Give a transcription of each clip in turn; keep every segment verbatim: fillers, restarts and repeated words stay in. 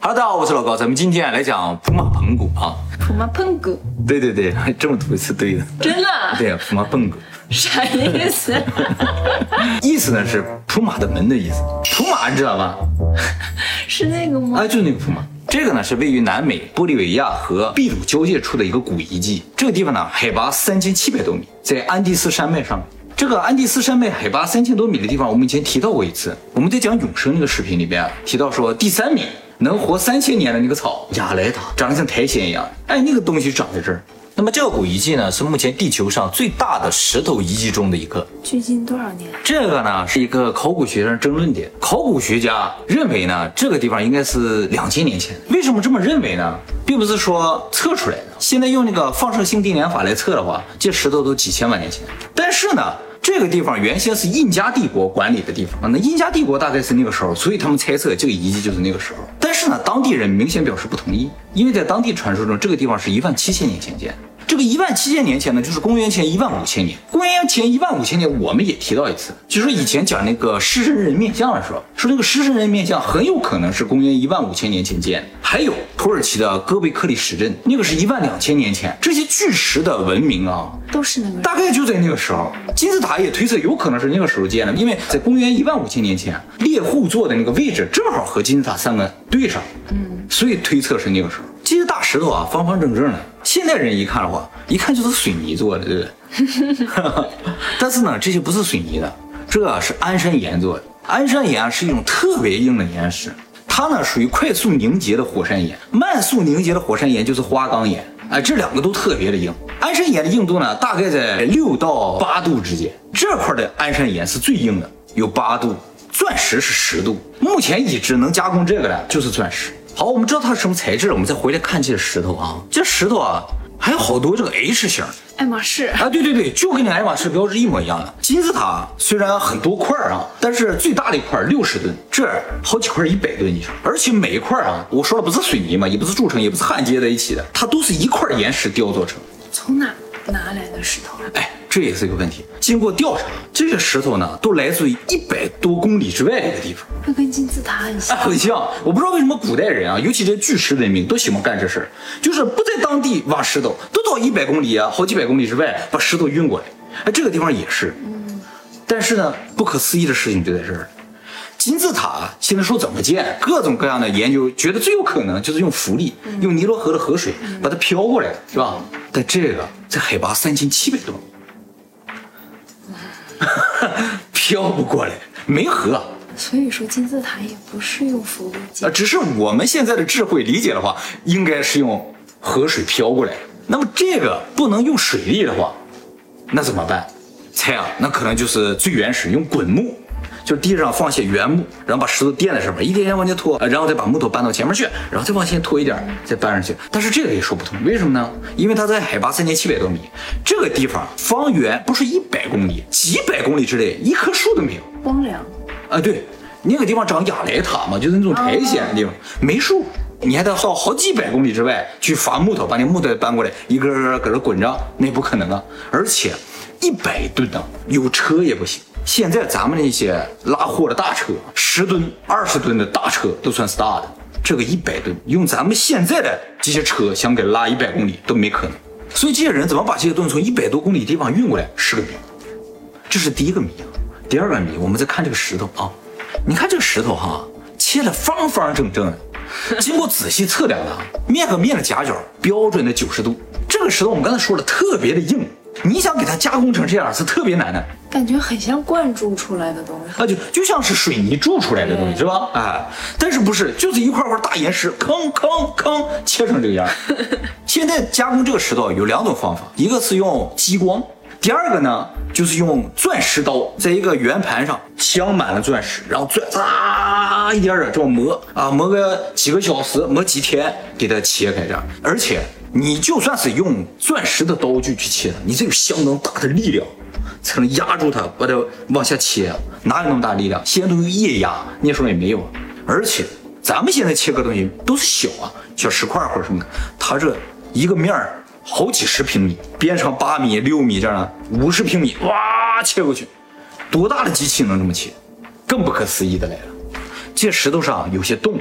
哈喽，大家好，我是老高，咱们今天来讲普马盆骨啊。 普马盆骨， 对对对，这么读一次对的。 真的？ 对，普马盆骨。 啥意思？ 意思呢是普马的门的意思。普马你知道吗？ 是那个吗？ 啊，就是那个普马。这个呢是位于南美玻利维亚和秘鲁交界处的一个古遗迹。这个地方呢海拔三千七百多米，在安第斯山脉上面。这个安第斯山脉海拔三千多米的地方，我们以前提到过一次。我们在讲永生那个视频里边啊，提到说第三名能活三千年的那个草亚莱塔，长得像苔藓一样，哎，那个东西长在这儿。那么这个古遗迹呢，是目前地球上最大的石头遗迹中的一个。 距今多少年？这个呢是一个考古学上争论点。考古学家认为呢，这个地方应该是两千年前。为什么这么认为呢？并不是说测出来的。现在用那个放射性定年法来测的话，这石头都几千万年前。但是呢，这个地方原先是印加帝国管理的地方，那印加帝国大概是那个时候，所以他们猜测这个遗迹就是那个时候。但是呢，当地人明显表示不同意，因为在当地传说中，这个地方是一万七千年前建。这个一万七千年前呢，就是公元前一万五千年。公元前一万五千年，我们也提到一次，就是以前讲那个狮身人面像的时候，说那个狮身人面像很有可能是公元一万五千年前建。还有土耳其的哥贝克利石阵，那个是一万两千年前。这些巨石的文明啊， 都是那个， 大概就在那个时候。金字塔也推测有可能是那个时候建的，因为在公元一万五千年前，猎户座的那个位置正好和金字塔三个对上，嗯，所以推测是那个时候。这些大石头啊，方方正正的，现代人一看的话，一看就是水泥做的，对不对？但是呢，这些不是水泥的，这是安山岩做的。安山岩是一种特别硬的岩石，它呢属于快速凝结的火山岩，慢速凝结的火山岩就是花岗岩。哎，这两个都特别的硬。安山岩的硬度呢，大概在六到八度之间。这块的安山岩是最硬的，有八度。钻石是十度。目前已知能加工这个的就是钻石。好，我们知道它是什么材质了，我们再回来看这些石头啊。这石头啊，还有好多这个 H 型， 爱马仕啊，对对对，就跟那爱马仕标志一模一样的。金字塔虽然很多块啊，但是最大的一块六十吨，这好几块一百吨以上，而且每一块啊，我说了不是水泥嘛，也不是铸成，也不是焊接在一起的，它都是一块岩石雕做成。 从哪拿来的石头？ 哎，这也是一个问题。经过调查，这些石头呢，都来自于一百多公里之外的一个地方。 那跟金字塔很像， 哎，很像。我不知道为什么古代人啊，尤其这巨石文明都喜欢干这事儿，就是不在当地挖石头，都到一百公里啊，好几百公里之外把石头运过来。哎，这个地方也是。嗯。但是呢，不可思议的事情就在这儿。金字塔现在说怎么建，各种各样的研究觉得最有可能就是用浮力，嗯、用尼罗河的河水把它飘过来，是吧？但这个在海拔三千七百多米，飘不过来，没河。 所以说金字塔也不是用浮力建， 啊，只是我们现在的智慧理解的话，应该是用河水飘过来。那么这个不能用水力的话，那怎么办？猜啊，那可能就是最原始用滚木。就地上放些原木，然后把石头垫在上面，一点点往前拖，然后再把木头搬到前面去，然后再往前拖一点，再搬上去。但是这个也说不通，为什么呢？因为它在海拔三千七百多米，这个地方方圆不是一百公里，几百公里之内一棵树都没有， 荒凉。 啊，对，那个地方长亚莱塔嘛，就是那种苔藓的地方，没树，你还得到好几百公里之外去伐木头，把那木头搬过来，一个个搁这滚着，那不可能啊！而且一百吨啊，有车也不行。现在咱们那些拉货的大车，十吨、二十吨的大车都算是大的，这个一百吨，用咱们现在的这些车想给拉一百公里都没可能。所以这些人怎么把这些东西从一百多公里地方运过来，是个谜。这是第一个谜啊。第二个谜，我们再看这个石头啊，你看这个石头哈，切得方方正正的，经过仔细测量的，面和面的夹角标准的九十度。这个石头我们刚才说了，特别的硬。你想给它加工成这样是特别难的， 感觉很像灌注出来的东西啊，就就像是水泥铸出来的东西，是吧？哎，但是不是，就是一块块大岩石，吭吭吭切成这个样。现在加工这个石头有两种方法，一个是用激光，第二个呢就是用钻石刀，在一个圆盘上镶满了钻石，然后钻啊一点点这么磨啊，磨个几个小时，磨几天给它切开这样，而且。你就算是用钻石的刀具去切它，你这有相当大的力量才能压住它，把它往下切，哪有那么大力量？现在都用液压，那时候也没有。而且咱们现在切个东西都是小啊，小石块或者什么的，它这一个面儿好几十平米，边长八米、六米这样的，五十平米，哇，切过去，多大的机器能这么切？更不可思议的来了，这石头上有些洞。就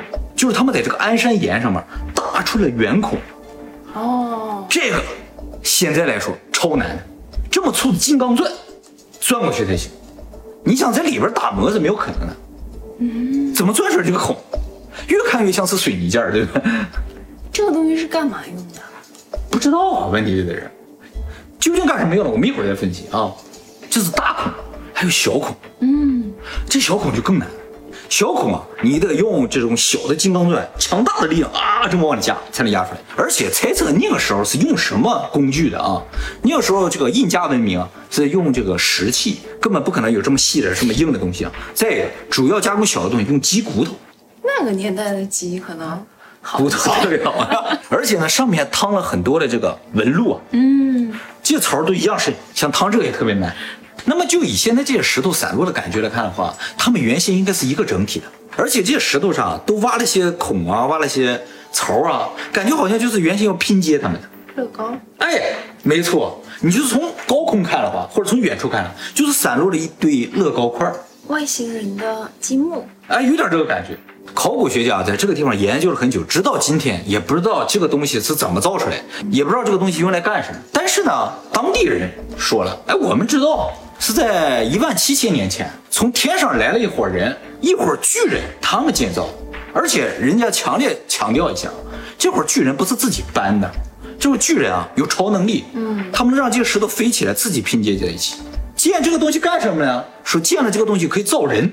就是他们在这个鞍山岩上面打出了圆孔。 哦， 这个现在来说超难的，这么粗的金刚钻钻过去才行。你想在里边打磨是没有可能的，嗯，怎么钻出来这个孔？越看越像是水泥件，对吧？ 这个东西是干嘛用的？ 不知道啊，问题就在这儿，究竟干什么用的？我们一会儿再分析啊。这是大孔，还有小孔，嗯，这小孔就更难。小孔啊，你得用这种小的金刚钻，强大的力量啊，这么往里压才能压出来。而且猜测那个时候是用什么工具的啊？那个时候这个印加文明啊是用这个石器，根本不可能有这么细的、这么硬的东西啊。再一个，主要加工小的东西用鸡骨头。 那个年代的鸡可能好骨头特别好，而且呢，上面烫了很多的这个纹路啊，嗯，这些槽都一样深，像烫这个也特别难。那么就以现在这些石头散落的感觉来看的话，它们原先应该是一个整体的，而且这些石头上都挖了些孔啊，挖了些槽啊，感觉好像就是原先要拼接它们的。 乐高， 哎，没错，你就是从高空看的话，或者从远处看，就是散落了一堆乐高块， 外星人的积木， 哎，有点这个感觉。考古学家在这个地方研究了很久，直到今天也不知道这个东西是怎么造出来，也不知道这个东西用来干什么。但是呢，当地人说了，哎，我们知道是在一万七千年前，从天上来了一伙人，一伙巨人，他们建造，而且人家强烈强调一下，这伙巨人不是自己搬的，这伙巨人啊有超能力，嗯，他们能让这个石头飞起来，自己拼接在一起。建这个东西干什么呢？说建了这个东西可以造人。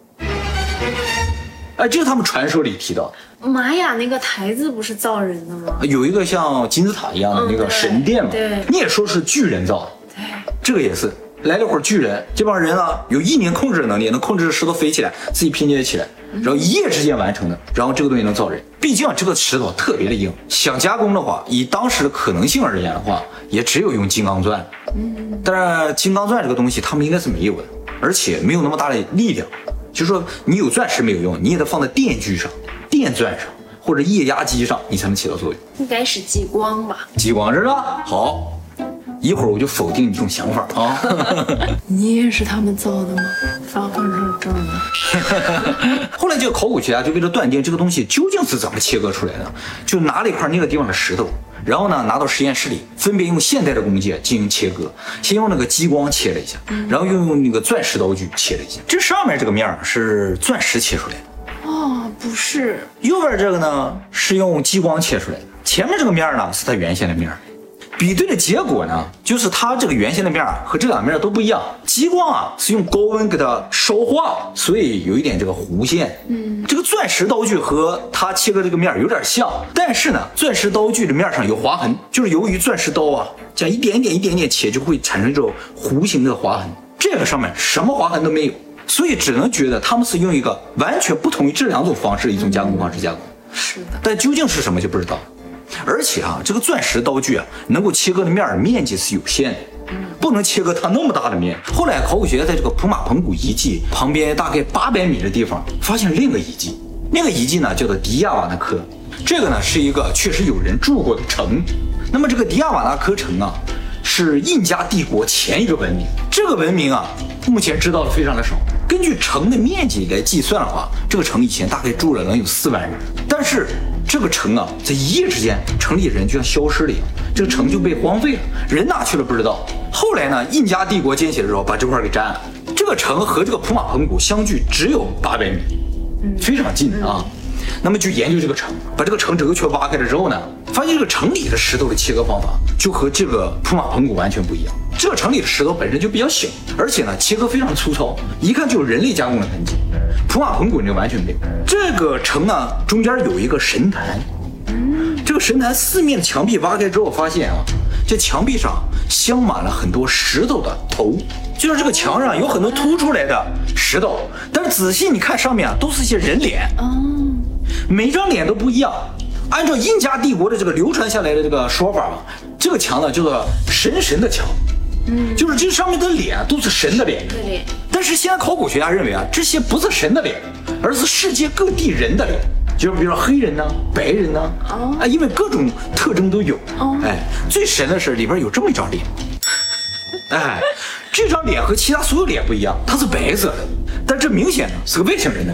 哎，这是他们传说里提到的。 玛雅那个台子不是造人的吗？ 有一个像金字塔一样的那个神殿嘛， 对， 你也说是巨人造的， 对， 这个也是来了会儿巨人，这帮人啊有意念控制的能力，能控制石头飞起来，自己拼接起来，然后一夜之间完成的，然后这个东西能造人。毕竟这个石头特别的硬，想加工的话，以当时的可能性而言的话，也只有用金刚钻。嗯，但是金刚钻这个东西他们应该是没有的，而且没有那么大的力量。就是说你有钻石没有用，你也得放在电锯上、电钻上或者液压机上，你才能起到作用。 应该是激光吧？ 激光是吧？好，一会儿我就否定你这种想法啊。 你也是他们造的吗？发放上证了。 后来这个考古学家就为了断定这个东西究竟是怎么切割出来的，就拿了一块那个地方的石头，然后呢拿到实验室里，分别用现代的工具进行切割，先用那个激光切了一下，然后又用那个钻石刀具切了一下。这上面这个面是钻石切出来的， 哦，不是， 右边这个呢是用激光切出来的，前面这个面呢是它原先的面。比对的结果呢，就是它这个原先的面和这两面都不一样。激光啊是用高温给它烧化，所以有一点这个弧线。嗯，这个钻石刀具和它切割这个面有点像，但是呢，钻石刀具的面上有划痕，就是由于钻石刀啊这样一点点一点点切，就会产生这种弧形的划痕。这个上面什么划痕都没有，所以只能觉得他们是用一个完全不同于这两种方式一种加工方式加工。 是的， 但究竟是什么就不知道。而且啊，这个钻石刀具啊，能够切割的面面积是有限的，不能切割它那么大的面。后来考古学家在这个普马盆谷遗迹旁边大概八百米的地方发现另一个遗迹，那个遗迹呢叫做迪亚瓦纳科，这个呢是一个确实有人住过的城。那么这个迪亚瓦纳科城啊，是印加帝国前一个文明，这个文明啊，目前知道的非常的少。根据城的面积来计算的话，这个城以前大概住了能有四万人，但是这个城啊，在一夜之间，城里人就像消失了一样，这个城就被荒废了，人哪去了不知道。后来呢，印加帝国建起的时候，把这块给占了。这个城和这个普马盆谷相距只有八百米，非常近啊。那么就研究这个城，把这个城整个圈挖开了之后呢，发现这个城里的石头的切割方法就和这个普马盆谷完全不一样。这个城里的石头本身就比较小，而且呢切割非常粗糙，一看就有人类加工的痕迹。普马盆谷那个完全没有。这个城呢中间有一个神坛，这个神坛四面的墙壁挖开之后，发现啊，这墙壁上镶满了很多石头的头，就是这个墙上有很多凸出来的石头，但是仔细你看上面啊，都是一些人脸，每张脸都不一样。按照印加帝国的这个流传下来的这个说法啊，这个墙呢叫做神神的墙，嗯，就是这上面的脸都是神的脸。 对。 但是现在考古学家认为啊，这些不是神的脸，而是世界各地人的脸，就是比如说黑人呢、白人呢，哦，啊，因为各种特征都有。哦，哎，最神的是里边有这么一张脸，哎，这张脸和其他所有脸不一样，它是白色的，但这明显呢是个外星人的脸。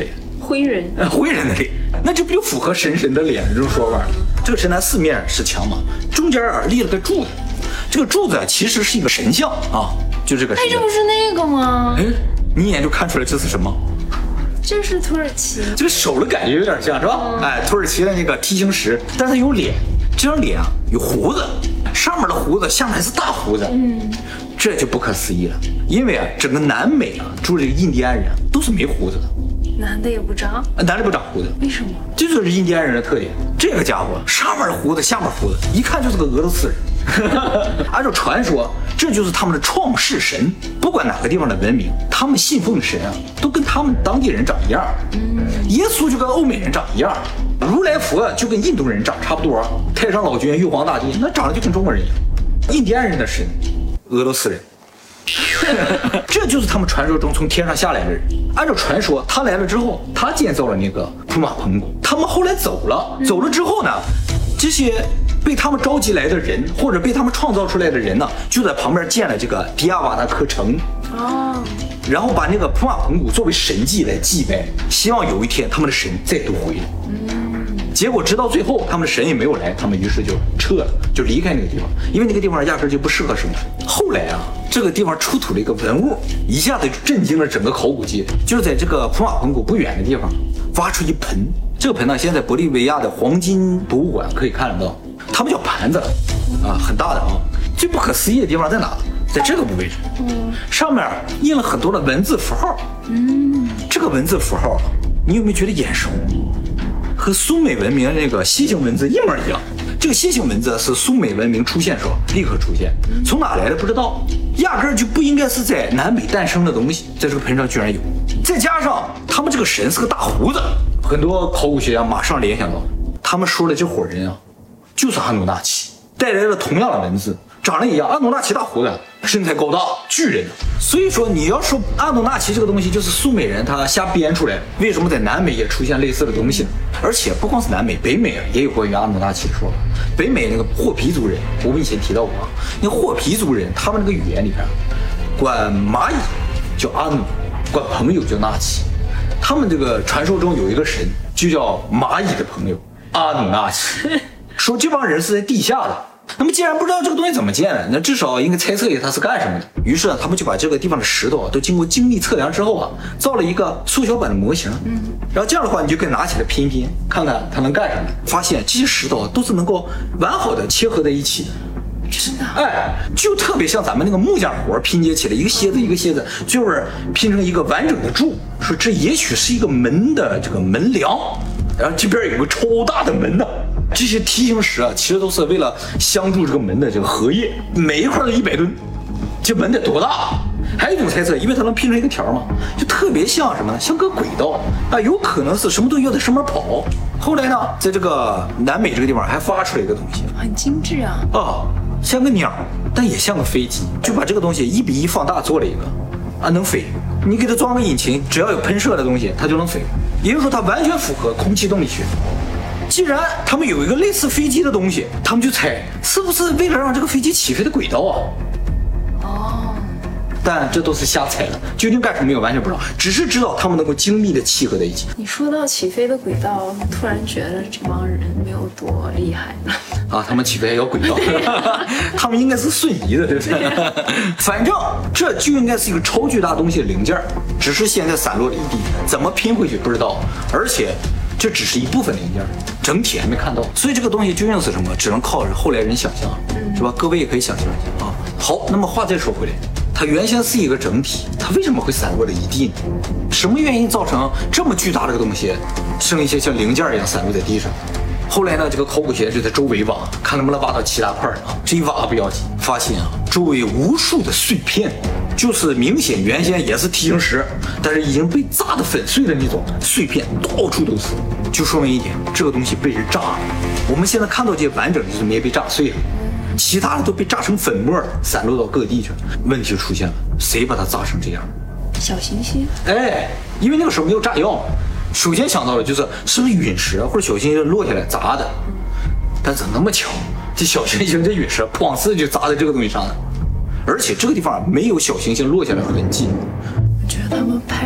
灰人， 呃，灰人的脸，那这不就符合神神的脸这种说法？这个神坛四面是墙嘛，中间啊立了个柱子，这个柱子其实是一个神像啊，就这个神哎， 像。 这不是那个吗？ 哎，你一眼就看出来这是什么？ 这是土耳其， 这个手的感觉有点像是吧？嗯、哎，土耳其的那个梯形石，但是它有脸，这张脸啊有胡子，上面的胡子，下面还是大胡子，嗯，这就不可思议了。因为啊，整个南美啊住这个印第安人、啊、都是没胡子的， 男的也不长， 男的不长胡子， 为什么？ 这就是印第安人的特点。这个家伙上面的胡子，下面胡子，一看就是个俄罗斯人。按照传说，这就是他们的创世神。不管哪个地方的文明，他们信奉的神啊，都跟他们当地人长一样。嗯，耶稣就跟欧美人长一样，如来佛就跟印度人长差不多。太上老君、玉皇大帝那长得就跟中国人一样。印第安人的神，俄罗斯人。这就是他们传说中从天上下来的人。按照传说，他来了之后，他建造了那个普马蓬谷。他们后来走了，走了之后呢，这些被他们召集来的人，或者被他们创造出来的人呢，就在旁边建了这个迪亚瓦纳科城。哦，然后把那个普马蓬谷作为神迹来祭拜，希望有一天他们的神再度回来。嗯，结果直到最后，他们的神也没有来，他们于是就撤了，就离开那个地方，因为那个地方压根就不适合生存。后来啊，这个地方出土了一个文物，一下子就震惊了整个考古界。就是在这个普马蓬谷不远的地方，挖出一盆。这个盆呢，现在玻利维亚的黄金博物馆可以看得到，他们叫盘子啊，很大的啊。最不可思议的地方在哪？在这个部位上，嗯，上面印了很多的文字符号。嗯，这个文字符号，你有没有觉得眼熟？和苏美文明那个楔形文字一模一样。这个楔形文字是苏美文明出现时候立刻出现，从哪来的不知道，压根儿就不应该是在南美诞生的东西，在这个盆上居然有。再加上他们这个神是个大胡子，很多考古学家马上联想到，他们说的这伙人啊，就是阿努纳奇带来了同样的文字，长得一样。阿努纳奇大胡子，身材高大，巨人。所以说你要说阿努纳奇这个东西就是苏美人他瞎编出来，为什么在南美也出现类似的东西呢？而且不光是南美，北美啊也有关于阿努纳奇的说法。北美那个霍皮族人，我们以前提到过啊，那霍皮族人他们那个语言里边，管蚂蚁叫阿努，管朋友叫纳奇。他们这个传说中有一个神，就叫蚂蚁的朋友阿努纳奇，说这帮人是在地下的。那么既然不知道这个东西怎么建的，那至少应该猜测一下它是干什么的。于是呢，他们就把这个地方的石头啊，都经过精密测量之后啊，造了一个缩小版的模型。嗯，然后这样的话，你就可以拿起来拼一拼，看看它能干什么。发现这些石头都是能够完好的切合在一起的。 真的？ 哎，就特别像咱们那个木匠活拼接起来，一个楔子一个楔子，就是拼成一个完整的柱。说这也许是一个门的这个门梁，然后这边有个超大的门呢。这些梯形石啊，其实都是为了镶住这个门的这个荷叶，每一块都一百吨，这门得多大？还有一种猜测，因为它能拼成一个条嘛，就特别像什么呢？像个轨道啊，有可能是什么东西要在上面跑。后来呢，在这个南美这个地方还发出来一个东西， 很精致啊， 啊，像个鸟，但也像个飞机，就把这个东西一比一放大做了一个，啊，能飞。你给它装个引擎，只要有喷射的东西，它就能飞。也就是说，它完全符合空气动力学。既然他们有一个类似飞机的东西，他们就猜是不是为了让这个飞机起飞的轨道啊？哦，但这都是瞎猜了，究竟干什么没有完全不知道，只是知道他们能够精密的契合在一起。 你说到起飞的轨道，突然觉得这帮人没有多厉害了啊！他们起飞还要轨道，他们应该是瞬移的，对不对？反正这就应该是一个超巨大东西的零件，只是现在散落了一地，怎么拼回去不知道，而且这只是一部分零件，整体还没看到，所以这个东西究竟是什么，只能靠后来人想象，是吧？各位也可以想象一下啊。好，那么话再说回来，它原先是一个整体，它为什么会散落了一地呢？什么原因造成这么巨大的个东西，剩一些像零件一样散落在地上？后来呢，这个考古学就在周围挖，看能不能挖到其他块啊。这一挖不要紧，发现啊，周围无数的碎片，就是明显原先也是梯形石，但是已经被炸得粉碎的那种碎片，到处都是。就说明一点，这个东西被人炸了。我们现在看到这些完整的就是没被炸碎了，其他的都被炸成粉末，散落到各地去了。问题就出现了，谁把它炸成这样？ 小行星？ 哎，因为那个时候没有炸药。首先想到的就是是不是陨石或者小行星落下来砸的，但怎么那么巧，这小行星这陨石砰哧就砸在这个东西上了，而且这个地方没有小行星落下来的痕迹。 我觉得他们派人来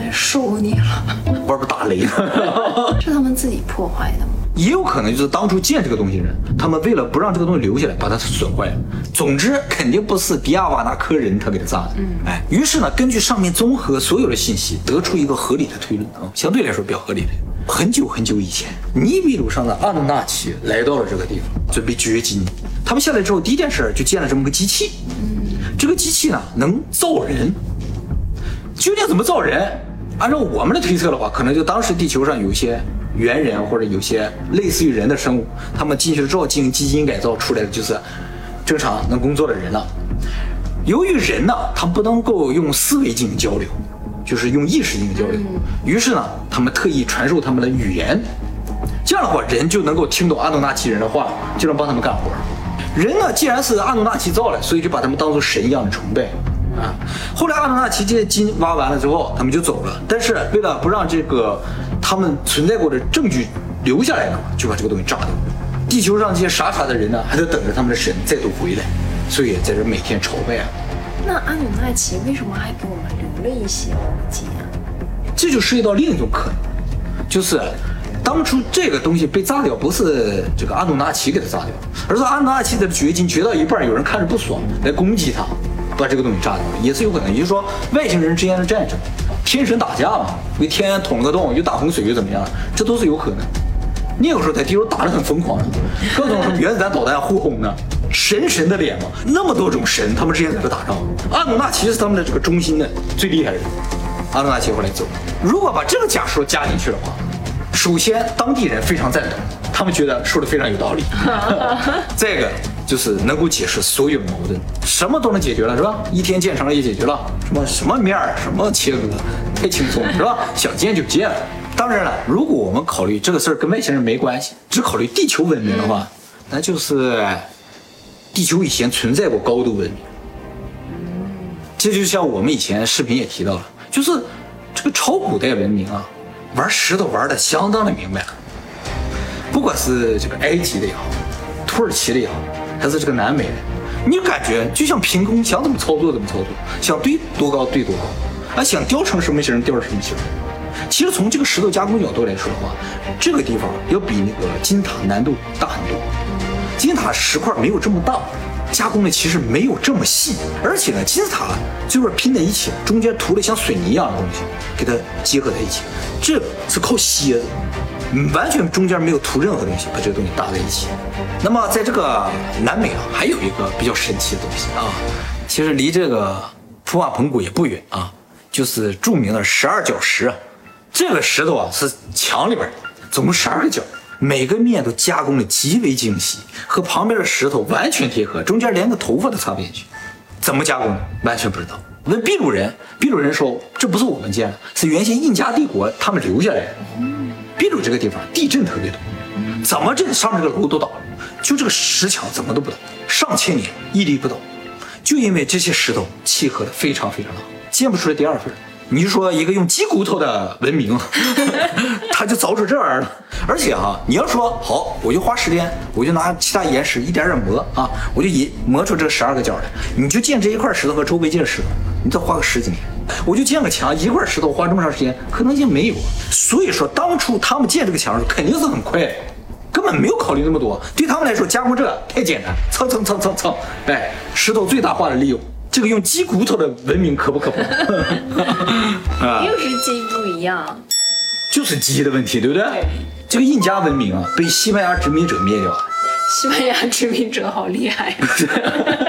来收你了。 外边打雷呢。 是他们自己破坏的吗？ 也有可能就是当初建这个东西的人，他们为了不让这个东西留下来，把它损坏了。总之，肯定不是迪亚瓦纳科人他给他炸的。嗯，哎，于是呢，根据上面综合所有的信息，得出一个合理的推论啊，相对来说比较合理的。很久很久以前，尼比鲁上的阿努纳奇来到了这个地方，准备掘金。他们下来之后，第一件事就建了这么个机器。嗯，这个机器呢，能造人。究竟怎么造人？按照我们的推测的话，可能就当时地球上有一些猿人或者有些类似于人的生物，他们进去之后进行基因改造出来的就是正常能工作的人了。由于人呢，他不能够用思维进行交流，就是用意识进行交流，于是呢，他们特意传授他们的语言，这样的话，人就能够听懂阿努纳奇人的话，就能帮他们干活。人呢，既然是阿努纳奇造的，所以就把他们当作神一样的崇拜。啊，后来阿努纳奇这些金挖完了之后，他们就走了。但是为了不让这个他们存在过的证据留下来呢，就把这个东西炸掉。地球上这些傻傻的人呢，还在等着他们的神再度回来，所以在这每天朝拜啊。 那阿努纳奇为什么还给我们留了一些物件啊？ 这就涉及到另一种可能，就是当初这个东西被炸掉，不是这个阿努纳奇给它炸掉，而是阿努纳奇的掘金掘到一半，有人看着不爽来攻击他。把这个东西炸掉了，也是有可能。也就是说，外星人之间的战争，天神打架嘛，给天捅了个洞，又大洪水又怎么样，这都是有可能。那个时候在地球打得很疯狂，各种什么原子弹导弹互轰呢，神神的脸嘛，那么多种神，他们之间在这打仗。阿努纳奇是他们的这个中心的最厉害的人，阿努纳奇后来走了。如果把这个假说加进去的话，首先当地人非常赞同，他们觉得说的非常有道理。再一个就是能够解释所有的矛盾，什么都能解决了，是吧？一天建成了也解决了，什么什么面儿，什么切割，太轻松了，是吧？想建就建了。当然了，如果我们考虑这个事儿跟外星人没关系，只考虑地球文明的话，那就是地球以前存在过高度文明。这就像我们以前视频也提到了，就是这个超古代文明啊，玩石头玩的相当的明白了。不管是这个埃及的也好，土耳其的也好，还是这个南美的，你感觉就像凭空想怎么操作怎么操作，想堆多高堆多高，啊，想雕成什么形雕成什么形。其实从这个石头加工角度来说的话，这个地方要比那个金塔难度大很多。金塔石块没有这么大，加工的其实没有这么细，而且呢，金字塔就是拼在一起，中间涂了像水泥一样的东西，给它结合在一起，这是靠楔子。完全中间没有涂任何东西，把这个东西搭在一起。那么在这个南美啊，还有一个比较神奇的东西啊，其实离这个普瓦蓬古也不远啊，就是著名的十二角石。这个石头啊是墙里边总共十二个角，每个面都加工的极为精细，和旁边的石头完全贴合，中间连个头发都插不进去。怎么加工的？完全不知道。问秘鲁人，秘鲁人说这不是我们建的，是原先印加帝国他们留下来的。秘鲁这个地方地震特别多，怎么这上面这个楼都倒了，就这个石墙怎么都不倒，上千年屹立不倒，就因为这些石头契合的非常非常好，建不出来第二份。你就说一个用鸡骨头的文明，他就凿出这玩意儿了。而且啊，你要说好，我就花十天，我就拿其他岩石一点点磨啊，我就一磨出这十二个角来，你就建这一块石头和周围这个石头，你再花个十几年。我就建个墙，一块石头花这么长时间，可能性没有。所以说，当初他们建这个墙的时候，肯定是很快，根本没有考虑那么多。对他们来说，加工这个太简单，蹭蹭蹭蹭蹭，哎，石头最大化的利用。这个用鸡骨头的文明可不可怕？ 啊，又是鸡不一样， 就是鸡的问题，对不对？对。这个印加文明啊，被西班牙殖民者灭掉了。 西班牙殖民者好厉害。